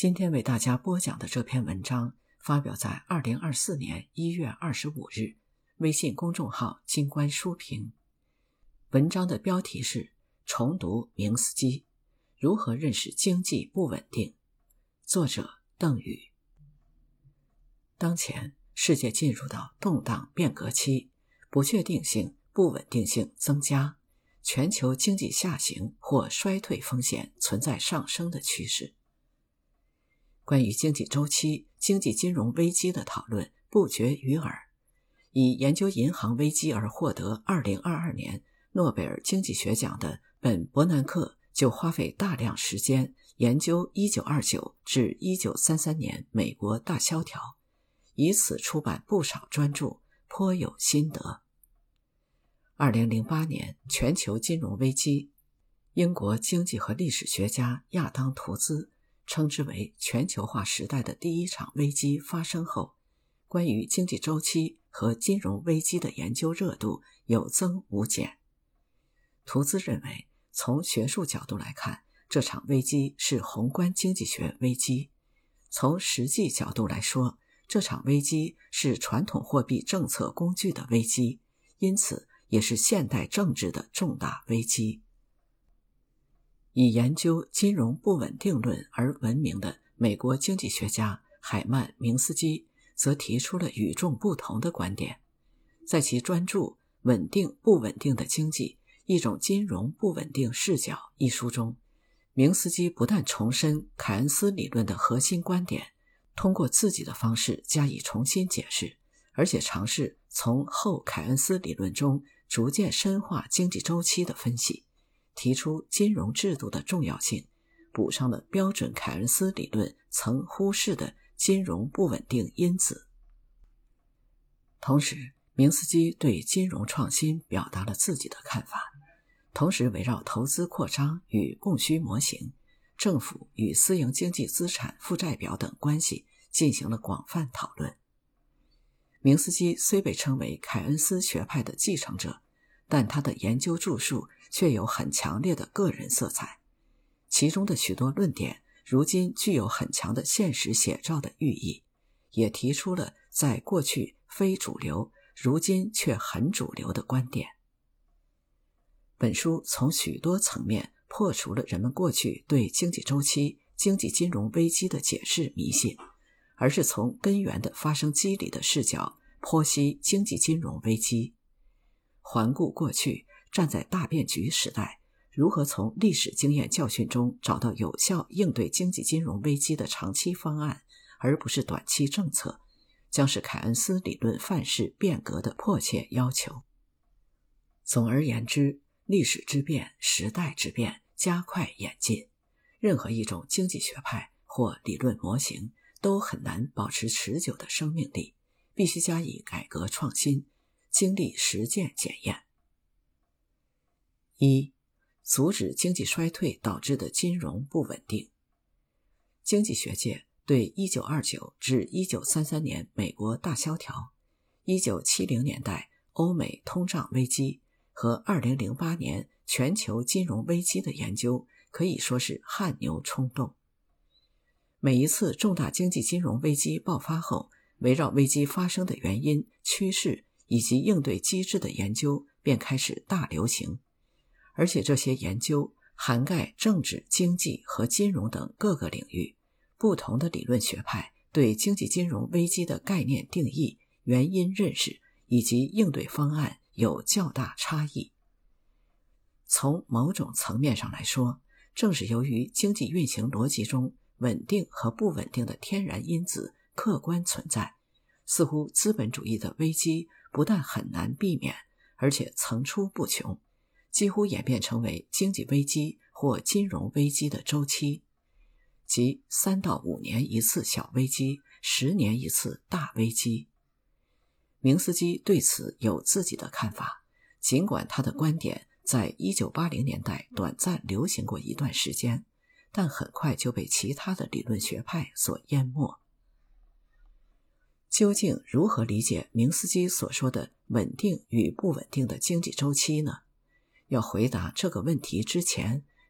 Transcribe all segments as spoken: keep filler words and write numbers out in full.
今天为大家播讲的这篇文章发表在二零二四年一月二十五日，微信公众号金观书评。文章的标题是重读明斯基，如何认识经济不稳定，作者邓宇。当前世界进入到动荡变革期，不确定性、不稳定性增加，全球经济下行或衰退风险存在上升的趋势。关于经济周期、经济金融危机的讨论不绝于耳。以研究银行危机而获得二零二二年诺贝尔经济学奖的本·伯南克就花费大量时间研究一九二九至一九三三年美国大萧条，以此出版不少专著，颇有心得。二零零八年全球金融危机，英国经济和历史学家亚当·图兹称之为全球化时代的第一场危机发生后，关于经济周期和金融危机的研究热度有增无减。图兹认为，从学术角度来看，这场危机是宏观经济学危机；从实际角度来说，这场危机是传统货币政策工具的危机，因此也是现代政治的重大危机。以研究金融不稳定论而闻名的美国经济学家海曼·明斯基则提出了与众不同的观点。在其专著《稳定不稳定的经济：一种金融不稳定视角》一书中，明斯基不但重申凯恩斯理论的核心观点，通过自己的方式加以重新解释，而且尝试从后凯恩斯理论中逐渐深化经济周期的分析，提出金融制度的重要性，补上了标准凯恩斯理论曾忽视的金融不稳定因子。同时，明斯基对金融创新表达了自己的看法，同时围绕投资扩张与供需模型、政府与私营经济资产负债表等关系进行了广泛讨论。明斯基虽被称为凯恩斯学派的继承者，但他的研究著述却有很强烈的个人色彩，其中的许多论点如今具有很强的现实写照的寓意，也提出了在过去非主流，如今却很主流的观点。本书从许多层面破除了人们过去对经济周期、经济金融危机的解释迷信，而是从根源的发生机理的视角剖析经济金融危机。环顾过去，站在大变局时代，如何从历史经验教训中找到有效应对经济金融危机的长期方案，而不是短期政策，将是凯恩斯理论范式变革的迫切要求。总而言之，历史之变、时代之变加快演进，任何一种经济学派或理论模型都很难保持持久的生命力，必须加以改革创新，经历实践检验。一、阻止经济衰退导致的金融不稳定。经济学界对一九二九至一九三三年美国大萧条、一九七零年代欧美通胀危机和二零零八年全球金融危机的研究可以说是汗牛充栋。每一次重大经济金融危机爆发后，围绕危机发生的原因、趋势以及应对机制的研究便开始大流行，而且这些研究涵盖政治、经济和金融等各个领域，不同的理论学派对经济金融危机的概念定义、原因认识以及应对方案有较大差异。从某种层面上来说，正是由于经济运行逻辑中稳定和不稳定的天然因子客观存在，似乎资本主义的危机不但很难避免，而且层出不穷，几乎演变成为经济危机或金融危机的周期，即三到五年一次小危机，十年一次大危机。明斯基对此有自己的看法，尽管他的观点在一九八零年代短暂流行过一段时间，但很快就被其他的理论学派所淹没。究竟如何理解明斯基所说的稳定与不稳定的经济周期呢？要回答这个问题之前，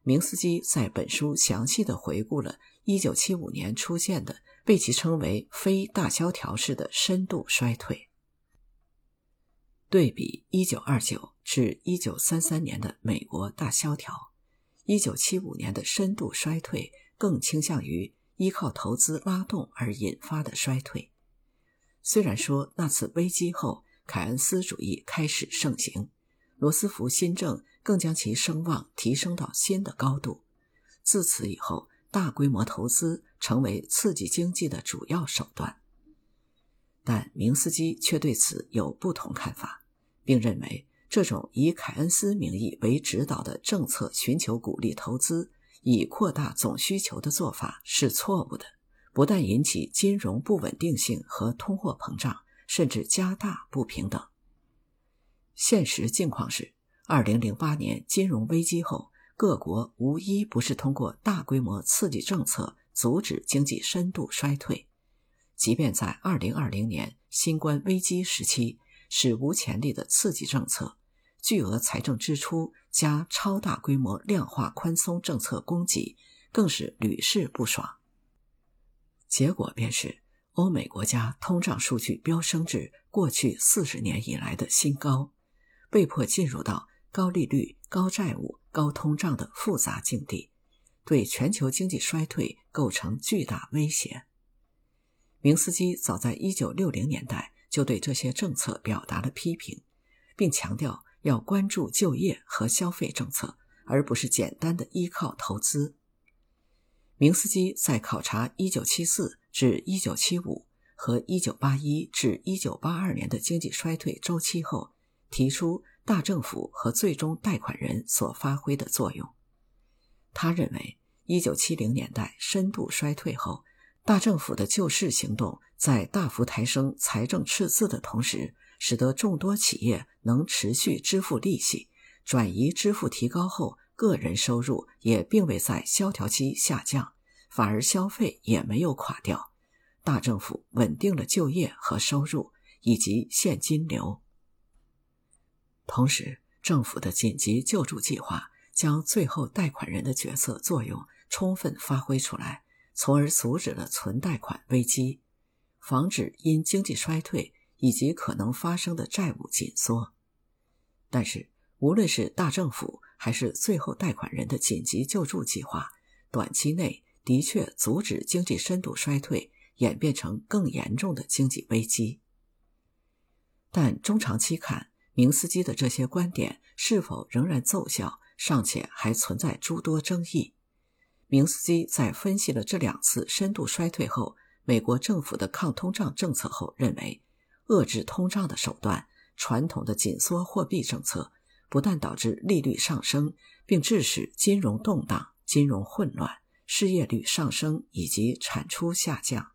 明斯基在本书详细地回顾了一九七五年出现的被其称为非大萧条式的深度衰退。对比一九二九至一九三三年的美国大萧条，一九七五年的深度衰退更倾向于依靠投资拉动而引发的衰退。虽然说那次危机后凯恩斯主义开始盛行，罗斯福新政更将其声望提升到新的高度，自此以后大规模投资成为刺激经济的主要手段。但明斯基却对此有不同看法，并认为这种以凯恩斯名义为指导的政策寻求鼓励投资，以扩大总需求的做法是错误的，不但引起金融不稳定性和通货膨胀，甚至加大不平等。现实境况是，二零零八年金融危机后，各国无一不是通过大规模刺激政策阻止经济深度衰退。即便在二零二零年新冠危机时期，史无前例的刺激政策、巨额财政支出加超大规模量化宽松政策供给，更是屡试不爽。结果便是，欧美国家通胀数据飙升至过去四十年以来的新高，被迫进入到高利率、高债务、高通胀的复杂境地，对全球经济衰退构成巨大威胁。明斯基早在一九六零年代就对这些政策表达了批评，并强调要关注就业和消费政策，而不是简单的依靠投资。明斯基在考察一九七四至一九七五和一九八一至一九八二年的经济衰退周期后，提出大政府和最终贷款人所发挥的作用。他认为一九七零年代深度衰退后，大政府的救市行动在大幅抬升财政赤字的同时，使得众多企业能持续支付利息，转移支付提高后，个人收入也并未在萧条期下降，反而消费也没有垮掉。大政府稳定了就业和收入以及现金流。同时，政府的紧急救助计划将最后贷款人的角色作用充分发挥出来，从而阻止了存贷款危机，防止因经济衰退以及可能发生的债务紧缩。但是，无论是大政府还是最后贷款人的紧急救助计划，短期内的确阻止经济深度衰退演变成更严重的经济危机。但中长期看，明斯基的这些观点是否仍然奏效，尚且还存在诸多争议。明斯基在分析了这两次深度衰退后美国政府的抗通胀政策后，认为遏制通胀的手段，传统的紧缩货币政策，不但导致利率上升，并致使金融动荡、金融混乱、失业率上升以及产出下降。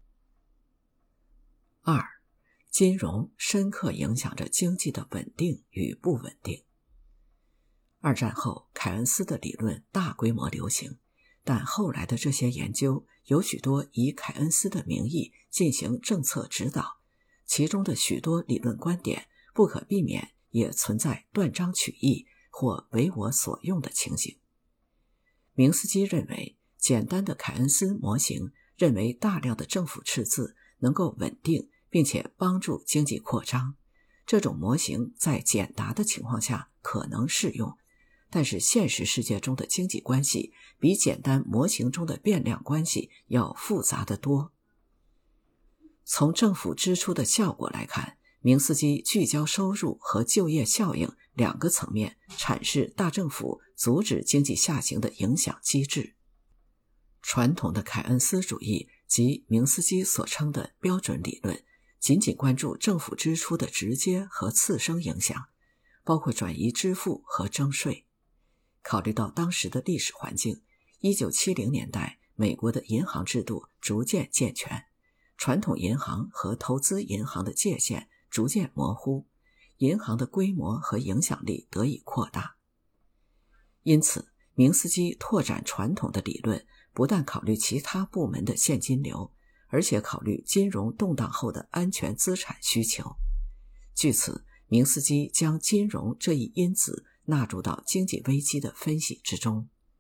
二、金融深刻影响着经济的稳定与不稳定。二战后，凯恩斯的理论大规模流行，但后来的这些研究有许多以凯恩斯的名义进行政策指导，其中的许多理论观点不可避免也存在断章取义或为我所用的情形。明斯基认为，简单的凯恩斯模型认为大量的政府赤字能够稳定并且帮助经济扩张，这种模型在简答的情况下可能适用，但是现实世界中的经济关系比简单模型中的变量关系要复杂得多。从政府支出的效果来看，明斯基聚焦收入和就业效应两个层面阐释大政府阻止经济下行的影响机制。传统的凯恩斯主义及明斯基所称的标准理论仅仅关注政府支出的直接和次生影响，包括转移支付和征税。考虑到当时的历史环境，一九七零年代美国的银行制度逐渐健全，传统银行和投资银行的界限逐渐模糊，银行的规模和影响力得以扩大。因此，明斯基拓展传统的理论，不但考虑其他部门的现金流，而且考虑金融动荡后的安全资产需求。据此，明斯基将金融这一因子纳入到经济危机的分析之中。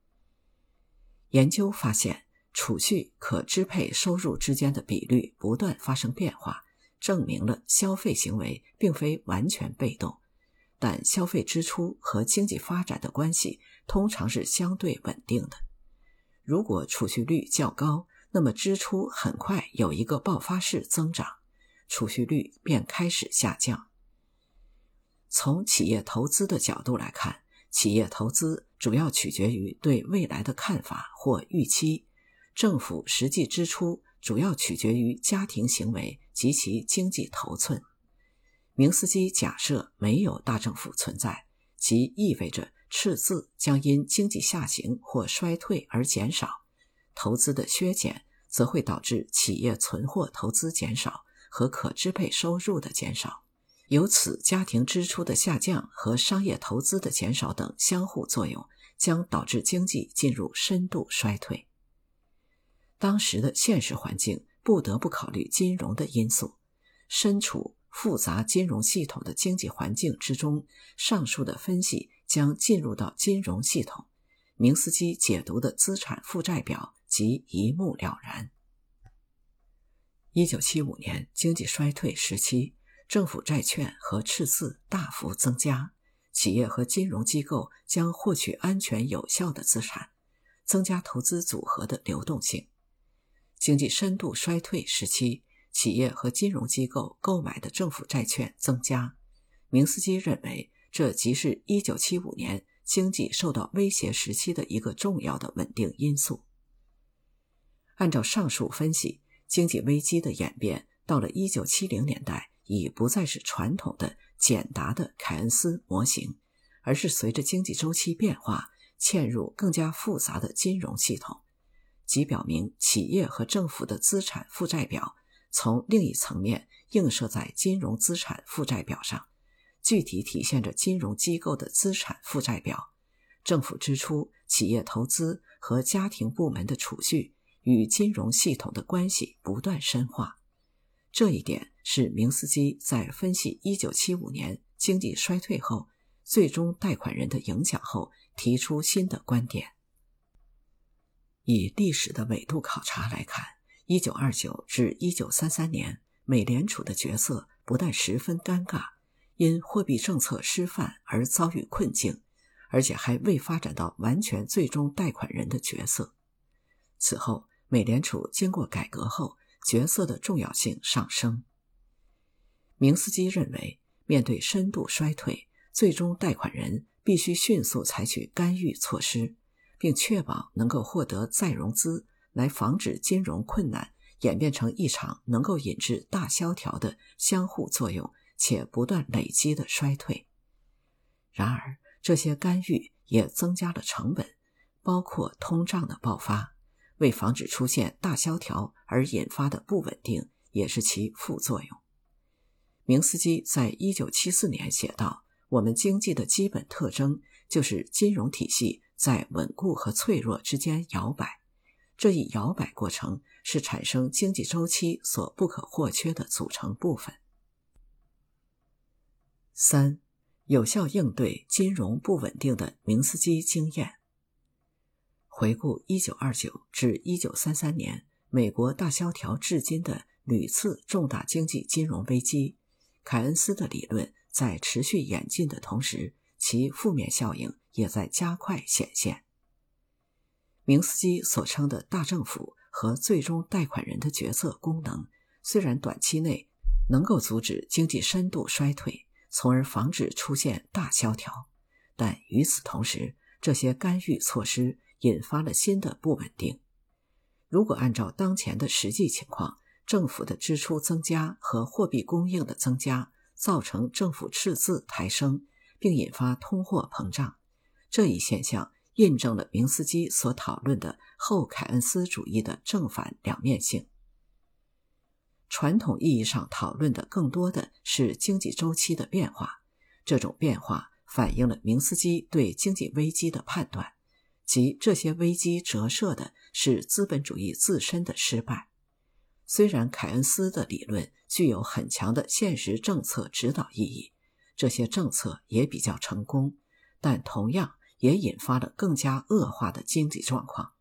研究发现，储蓄可支配收入之间的比率不断发生变化，证明了消费行为并非完全被动，但消费支出和经济发展的关系通常是相对稳定的。如果储蓄率较高，那么支出很快有一个爆发式增长，储蓄率便开始下降。从企业投资的角度来看，企业投资主要取决于对未来的看法或预期，政府实际支出主要取决于家庭行为及其经济头寸。明斯基假设没有大政府存在，即意味着赤字将因经济下行或衰退而减少，投资的削减则会导致企业存货投资减少和可支配收入的减少。由此，家庭支出的下降和商业投资的减少等相互作用，将导致经济进入深度衰退。当时的现实环境不得不考虑金融的因素，身处复杂金融系统的经济环境之中，上述的分析将进入到金融系统，明斯基解读的资产负债表即一目了然。一九七五年经济衰退时期，政府债券和赤字大幅增加，企业和金融机构将获取安全有效的资产，增加投资组合的流动性。经济深度衰退时期，企业和金融机构购买的政府债券增加。明斯基认为，这即是一九七五年经济受到威胁时期的一个重要的稳定因素。按照上述分析，经济危机的演变到了一九七零年代，已不再是传统的简答的凯恩斯模型，而是随着经济周期变化，嵌入更加复杂的金融系统，即表明企业和政府的资产负债表从另一层面映射在金融资产负债表上，具体体现着金融机构的资产负债表，政府支出、企业投资和家庭部门的储蓄与金融系统的关系不断深化。这一点是明斯基在分析一九七五年经济衰退后最终贷款人的影响后提出新的观点。以历史的纬度考察来看，一九二九至一九三三年，美联储的角色不但十分尴尬，因货币政策失范而遭遇困境，而且还未发展到完全最终贷款人的角色。此后，美联储经过改革后，角色的重要性上升。明斯基认为，面对深度衰退，最终贷款人必须迅速采取干预措施，并确保能够获得再融资，来防止金融困难演变成一场能够引致大萧条的相互作用且不断累积的衰退。然而，这些干预也增加了成本，包括通胀的爆发，为防止出现大萧条而引发的不稳定也是其副作用。明斯基在一九七四年写道，我们经济的基本特征就是金融体系在稳固和脆弱之间摇摆，这一摇摆过程是产生经济周期所不可或缺的组成部分。三、有效应对金融不稳定的明斯基经验。回顾一九二九至一九三三年美国大萧条至今的屡次重大经济金融危机，凯恩斯的理论在持续演进的同时，其负面效应也在加快显现。明斯基所称的大政府和最终贷款人的决策功能，虽然短期内能够阻止经济深度衰退，从而防止出现大萧条，但与此同时，这些干预措施引发了新的不稳定。如果按照当前的实际情况，政府的支出增加和货币供应的增加造成政府赤字抬升，并引发通货膨胀，这一现象印证了明斯基所讨论的后凯恩斯主义的正反两面性。传统意义上讨论的更多的是经济周期的变化，这种变化反映了明斯基对经济危机的判断，即这些危机折射的是资本主义自身的失败。虽然凯恩斯的理论具有很强的现实政策指导意义，这些政策也比较成功，但同样也引发了更加恶化的经济状况，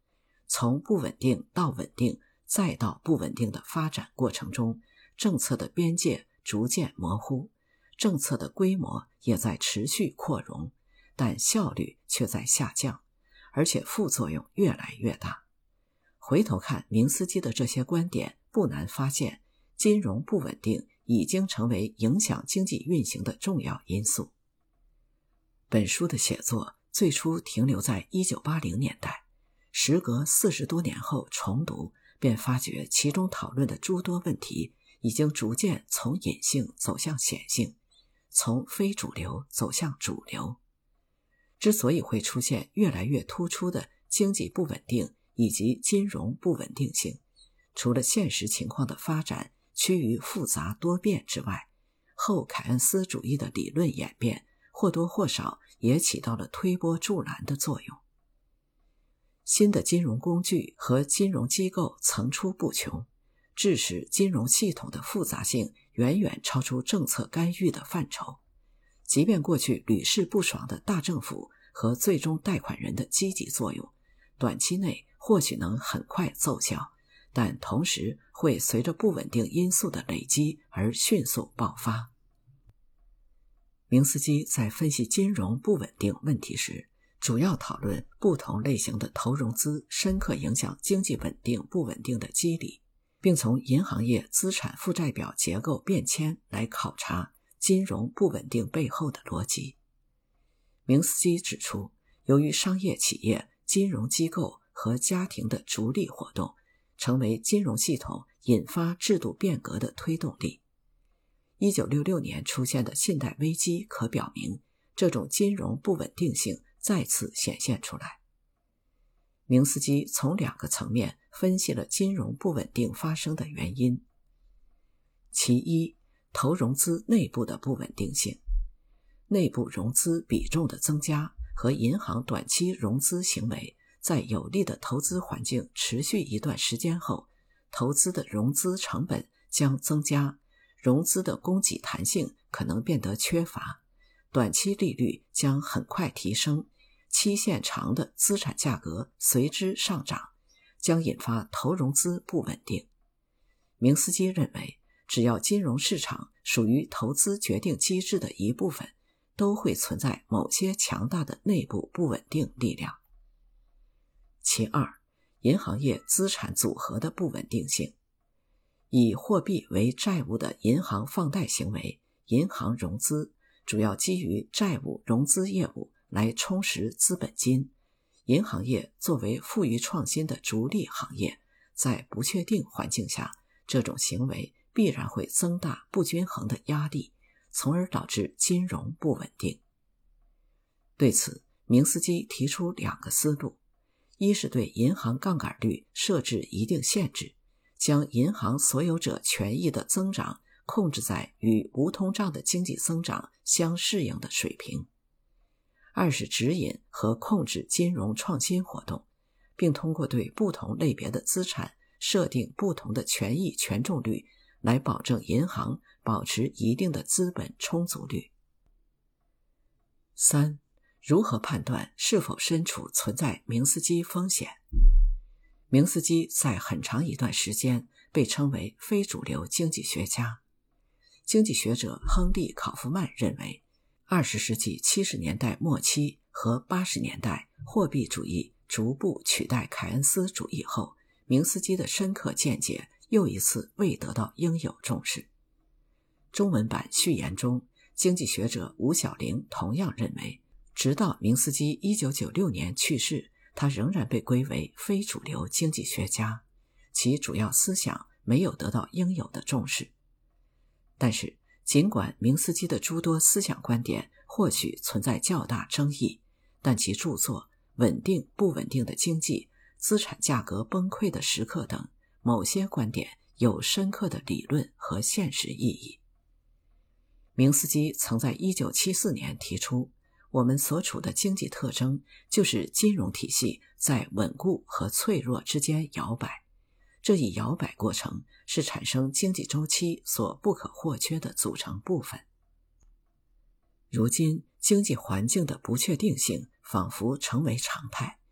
从不稳定到稳定再到不稳定的发展过程中，政策的边界逐渐模糊，政策的规模也在持续扩容，但效率却在下降，而且副作用越来越大。回头看明斯基的这些观点，不难发现金融不稳定已经成为影响经济运行的重要因素。本书的写作最初停留在一九八零年代，时隔四十多年后重读，便发觉其中讨论的诸多问题已经逐渐从隐性走向显性，从非主流走向主流。之所以会出现越来越突出的经济不稳定以及金融不稳定性，除了现实情况的发展趋于复杂多变之外，后凯恩斯主义的理论演变或多或少也起到了推波助澜的作用。新的金融工具和金融机构层出不穷，致使金融系统的复杂性远远超出政策干预的范畴。即便过去屡试不爽的大政府和最终贷款人的积极作用，短期内或许能很快奏效，但同时会随着不稳定因素的累积而迅速爆发。明斯基在分析金融不稳定问题时，主要讨论不同类型的投融资深刻影响经济稳定不稳定的机理，并从银行业资产负债表结构变迁来考察金融不稳定背后的逻辑。明斯基指出，由于商业企业、金融机构和家庭的逐利活动，成为金融系统引发制度变革的推动力。一九六六年出现的信贷危机可表明，这种金融不稳定性再次显现出来。明斯基从两个层面分析了金融不稳定发生的原因。其一，投融资内部的不稳定性。内部融资比重的增加和银行短期融资行为在有利的投资环境持续一段时间后，投资的融资成本将增加，融资的供给弹性可能变得缺乏，短期利率将很快提升，期限长的资产价格随之上涨，将引发投融资不稳定。明斯基认为，只要金融市场属于投资决定机制的一部分，都会存在某些强大的内部不稳定力量。其二，银行业资产组合的不稳定性。以货币为债务的银行放贷行为，银行融资主要基于债务融资业务来充实资本金。银行业作为富于创新的逐利行业，在不确定环境下，这种行为必然会增大不均衡的压力，从而导致金融不稳定。对此，明斯基提出两个思路：一是对银行杠杆率设置一定限制，将银行所有者权益的增长控制在与无通胀的经济增长相适应的水平；二是指引和控制金融创新活动，并通过对不同类别的资产设定不同的权益权重率，来保证银行保持一定的资本充足率。三、如何判断是否身处存在明斯基风险？明斯基在很长一段时间被称为非主流经济学家。经济学者亨利·考夫曼认为，二十世纪七十年代末期和八十年代货币主义逐步取代凯恩斯主义后，明斯基的深刻见解又一次未得到应有重视。中文版序言中，经济学者吴晓玲同样认为，直到明斯基一九九六年去世，他仍然被归为非主流经济学家，其主要思想没有得到应有的重视。但是，尽管明斯基的诸多思想观点或许存在较大争议，但其著作《稳定不稳定的经济》、资产价格崩溃的时刻等某些观点有深刻的理论和现实意义。明斯基曾在一九七四年提出，我们所处的经济特征就是金融体系在稳固和脆弱之间摇摆，这一摇摆过程是产生经济周期所不可或缺的组成部分。如今，经济环境的不确定性仿佛成为常态，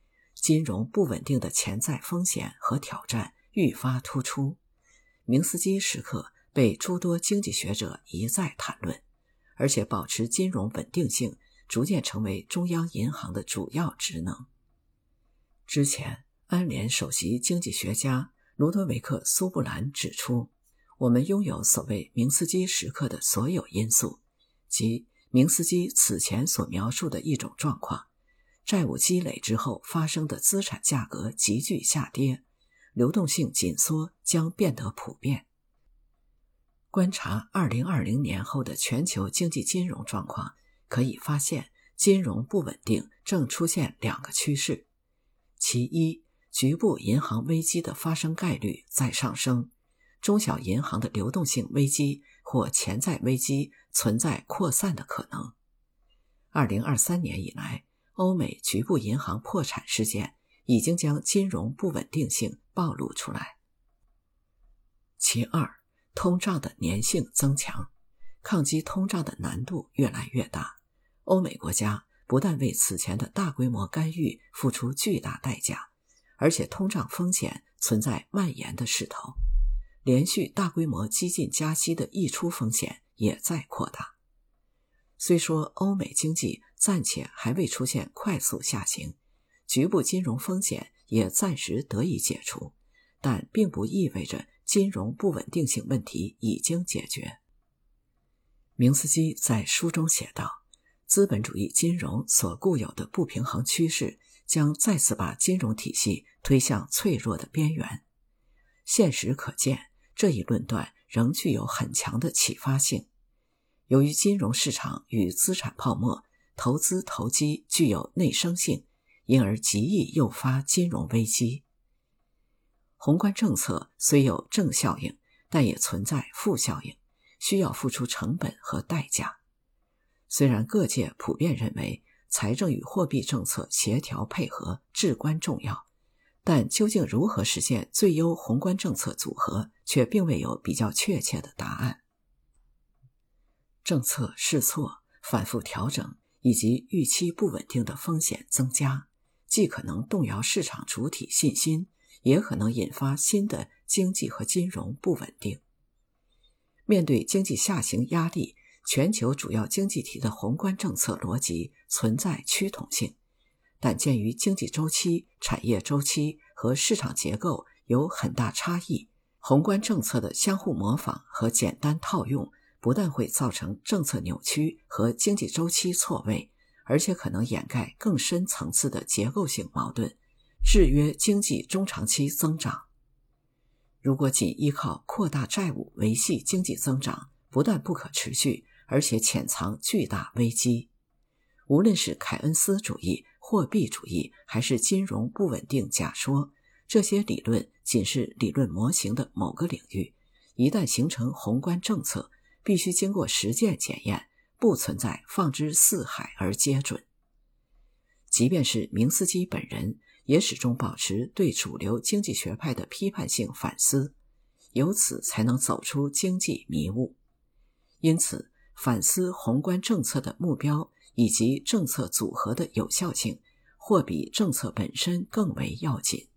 金融不稳定的潜在风险和挑战愈发突出。明斯基时刻被诸多经济学者一再谈论，而且保持金融稳定性逐渐成为中央银行的主要职能。之前，安联首席经济学家卢德维克·苏布兰指出，我们拥有所谓明斯基时刻的所有因素，即明斯基此前所描述的一种状况：债务积累之后发生的资产价格急剧下跌，流动性紧缩将变得普遍。观察二零二零年后的全球经济金融状况，可以发现金融不稳定正出现两个趋势。其一，局部银行危机的发生概率在上升，中小银行的流动性危机或潜在危机存在扩散的可能。二零二三年以来，欧美局部银行破产事件已经将金融不稳定性暴露出来。其二，通胀的粘性增强，抗击通胀的难度越来越大。欧美国家不但为此前的大规模干预付出巨大代价，而且通胀风险存在蔓延的势头，连续大规模激进加息的溢出风险也在扩大。虽说欧美经济暂且还未出现快速下行，局部金融风险也暂时得以解除，但并不意味着金融不稳定性问题已经解决。明斯基在书中写道，资本主义金融所固有的不平衡趋势将再次把金融体系推向脆弱的边缘。现实可见，这一论断仍具有很强的启发性。由于金融市场与资产泡沫、投资投机具有内生性，因而极易诱发金融危机。宏观政策虽有正效应，但也存在负效应，需要付出成本和代价。虽然各界普遍认为财政与货币政策协调配合至关重要，但究竟如何实现最优宏观政策组合，却并未有比较确切的答案。政策试错、反复调整以及预期不稳定的风险增加，既可能动摇市场主体信心，也可能引发新的经济和金融不稳定。面对经济下行压力，全球主要经济体的宏观政策逻辑存在趋同性，但鉴于经济周期、产业周期和市场结构有很大差异，宏观政策的相互模仿和简单套用不但会造成政策扭曲和经济周期错位，而且可能掩盖更深层次的结构性矛盾，制约经济中长期增长。如果仅依靠扩大债务维系经济增长，不但不可持续，而且潜藏巨大危机。无论是凯恩斯主义、货币主义，还是金融不稳定假说，这些理论仅是理论模型的某个领域，一旦形成宏观政策，必须经过实践检验，不存在放之四海而皆准。即便是明斯基本人，也始终保持对主流经济学派的批判性反思，由此才能走出经济迷雾。因此，反思宏观政策的目标以及政策组合的有效性，或比政策本身更为要紧。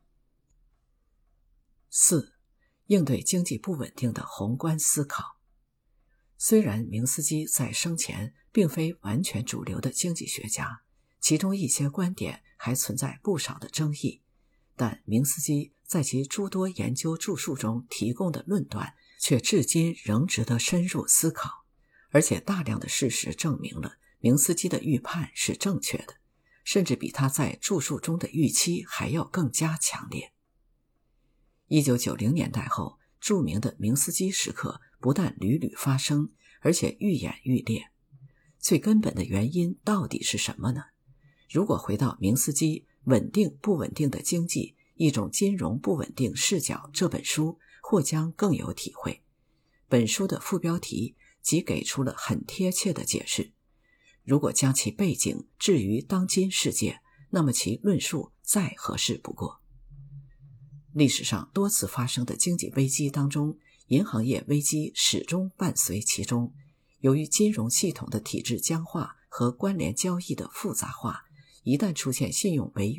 四、应对经济不稳定的宏观思考。虽然明斯基在生前并非完全主流的经济学家，其中一些观点还存在不少的争议，但明斯基在其诸多研究著述中提供的论断却至今仍值得深入思考，而且大量的事实证明了明斯基的预判是正确的，甚至比他在著述中的预期还要更加强烈。一九九零年代后，著名的明斯基时刻不但屡屡发生，而且愈演愈烈。最根本的原因到底是什么呢？如果回到明斯基《稳定不稳定的经济：一种金融不稳定视角》这本书，或将更有体会。本书的副标题即给出了很贴切的解释。如果将其背景置于当今世界，那么其论述再合适不过。历史上多次发生的经济危机当中，银行业危机始终伴随其中。由于金融系统的体制僵化和关联交易的复杂化，一旦出现信用违约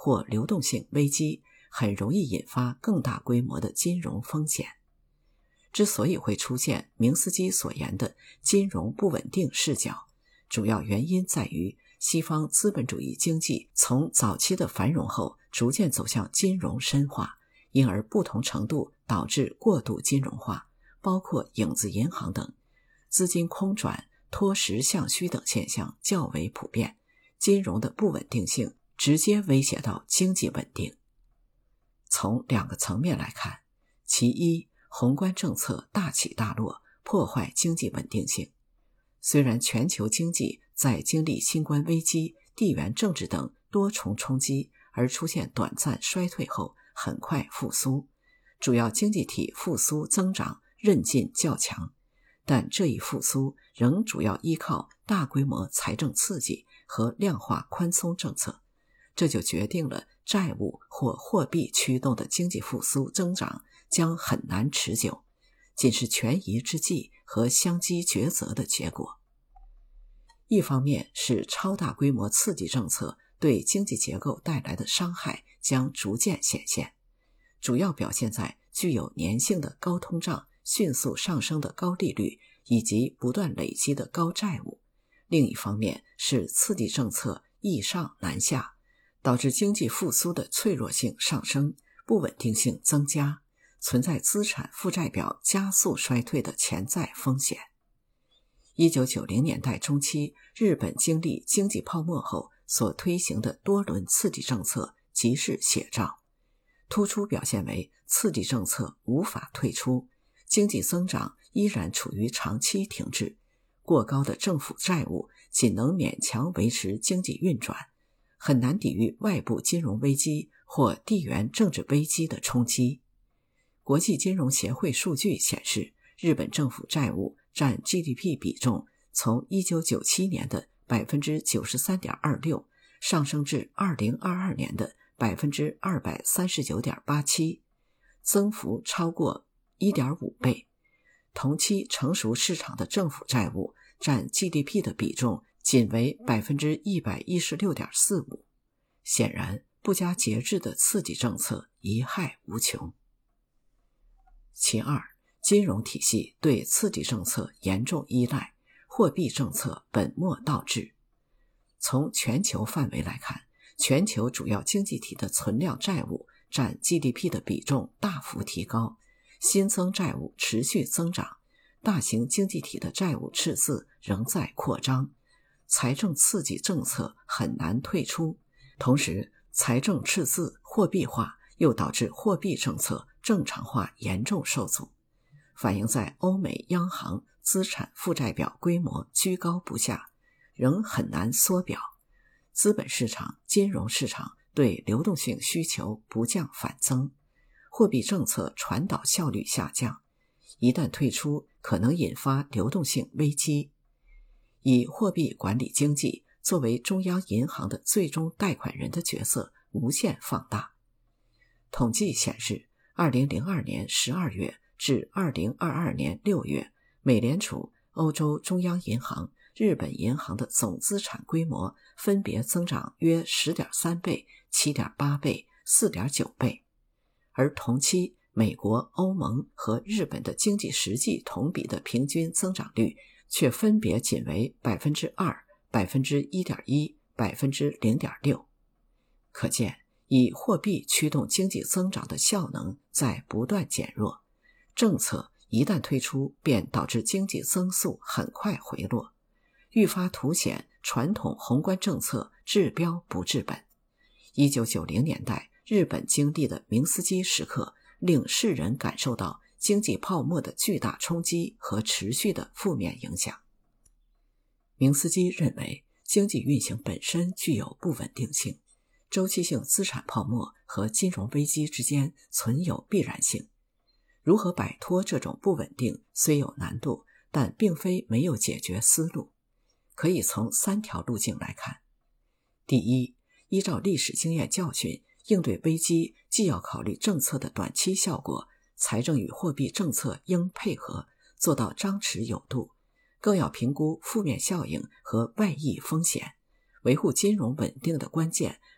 或流动性危机，很容易引发更大规模的金融风险。之所以会出现明斯基所言的金融不稳定视角，主要原因在于西方资本主义经济从早期的繁荣后逐渐走向金融深化，因而不同程度导致过度金融化，包括影子银行等，资金空转、脱实向虚等现象较为普遍，金融的不稳定性直接威胁到经济稳定。从两个层面来看，其一，宏观政策大起大落，破坏经济稳定性。虽然全球经济在经历新冠危机、地缘政治等多重冲击而出现短暂衰退后很快复苏，主要经济体复苏增长韧劲较强，但这一复苏仍主要依靠大规模财政刺激和量化宽松政策，这就决定了债务或货币驱动的经济复苏增长将很难持久，仅是权宜之计和相机抉择的结果。一方面是超大规模刺激政策对经济结构带来的伤害将逐渐显现，主要表现在具有粘性的高通胀、迅速上升的高利率以及不断累积的高债务。另一方面是刺激政策易上难下，导致经济复苏的脆弱性上升，不稳定性增加，存在资产负债表加速衰退的潜在风险。一九九零年代中期，日本经历经济泡沫后所推行的多轮刺激政策即是写照，突出表现为刺激政策无法退出，经济增长依然处于长期停滞，过高的政府债务仅能勉强维持经济运转，很难抵御外部金融危机或地缘政治危机的冲击。国际金融协会数据显示，日本政府债务占 G D P 比重从一九九七年的 百分之九十三点二六 上升至二零二二年的 百分之二百三十九点八七， 增幅超过 一点五倍。同期成熟市场的政府债务占 G D P 的比重仅为 百分之一百一十六点四五。 显然，不加节制的刺激政策贻害无穷。其二，金融体系对刺激政策严重依赖，货币政策本末倒置。从全球范围来看，全球主要经济体的存量债务占 G D P 的比重大幅提高，新增债务持续增长，大型经济体的债务赤字仍在扩张，财政刺激政策很难退出，同时财政赤字货币化又导致货币政策正常化严重受阻，反映在欧美央行资产负债表规模居高不下，仍很难缩表，资本市场、金融市场对流动性需求不降反增，货币政策传导效率下降，一旦退出可能引发流动性危机。以货币管理经济作为中央银行的最终贷款人的角色无限放大。统计显示，二零零二年十二月至二零二二年六月，美联储、欧洲中央银行、日本银行的总资产规模分别增长约 十点三倍、七点八倍、四点九倍，而同期美国、欧盟和日本的经济实际同比的平均增长率却分别仅为 百分之二、百分之一点一、百分之零点六。可见，以货币驱动经济增长的效能在不断减弱，政策一旦退出便导致经济增速很快回落，愈发凸显传统宏观政策治标不治本。一九九零年代日本经历的明斯基时刻，令世人感受到经济泡沫的巨大冲击和持续的负面影响。明斯基认为，经济运行本身具有不稳定性，周期性资产泡沫和金融危机之间存有必然性。如何摆脱这种不稳定虽有难度，但并非没有解决思路。可以从三条路径来看。第一，依照历史经验教训，应对危机既要考虑政策的短期效果，财政与货币政策应配合，做到张弛有度，更要评估负面效应和外溢风险。维护金融稳定的关键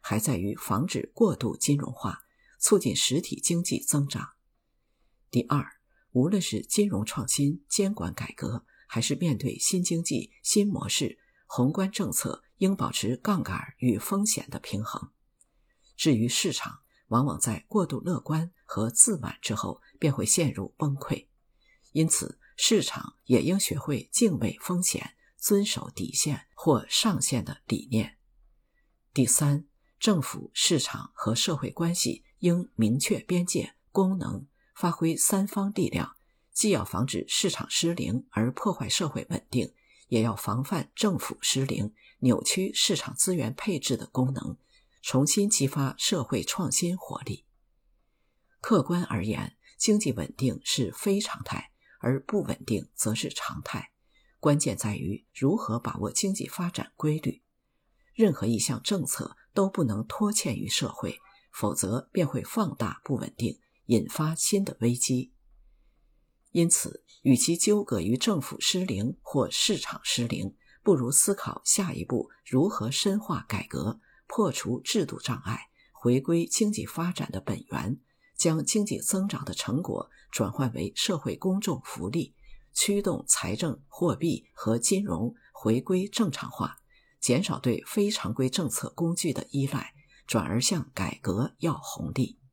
还在于防止过度金融化，促进实体经济增长。第二，无论是金融创新、监管改革，还是面对新经济、新模式，宏观政策应保持杠杆与风险的平衡。至于市场，往往在过度乐观和自满之后便会陷入崩溃，因此市场也应学会敬畏风险，遵守底线或上限的理念。第三，政府、市场和社会关系应明确边界、功能，发挥三方力量，既要防止市场失灵而破坏社会稳定，也要防范政府失灵，扭曲市场资源配置的功能，重新激发社会创新活力。客观而言，经济稳定是非常态，而不稳定则是常态，关键在于如何把握经济发展规律。任何一项政策都不能拖欠于社会，否则便会放大不稳定，引发新的危机。因此，与其纠葛于政府失灵或市场失灵，不如思考下一步如何深化改革，破除制度障碍，回归经济发展的本源，将经济增长的成果转换为社会公众福利，驱动财政、货币和金融回归正常化，减少对非常规政策工具的依赖，转而向改革要红利。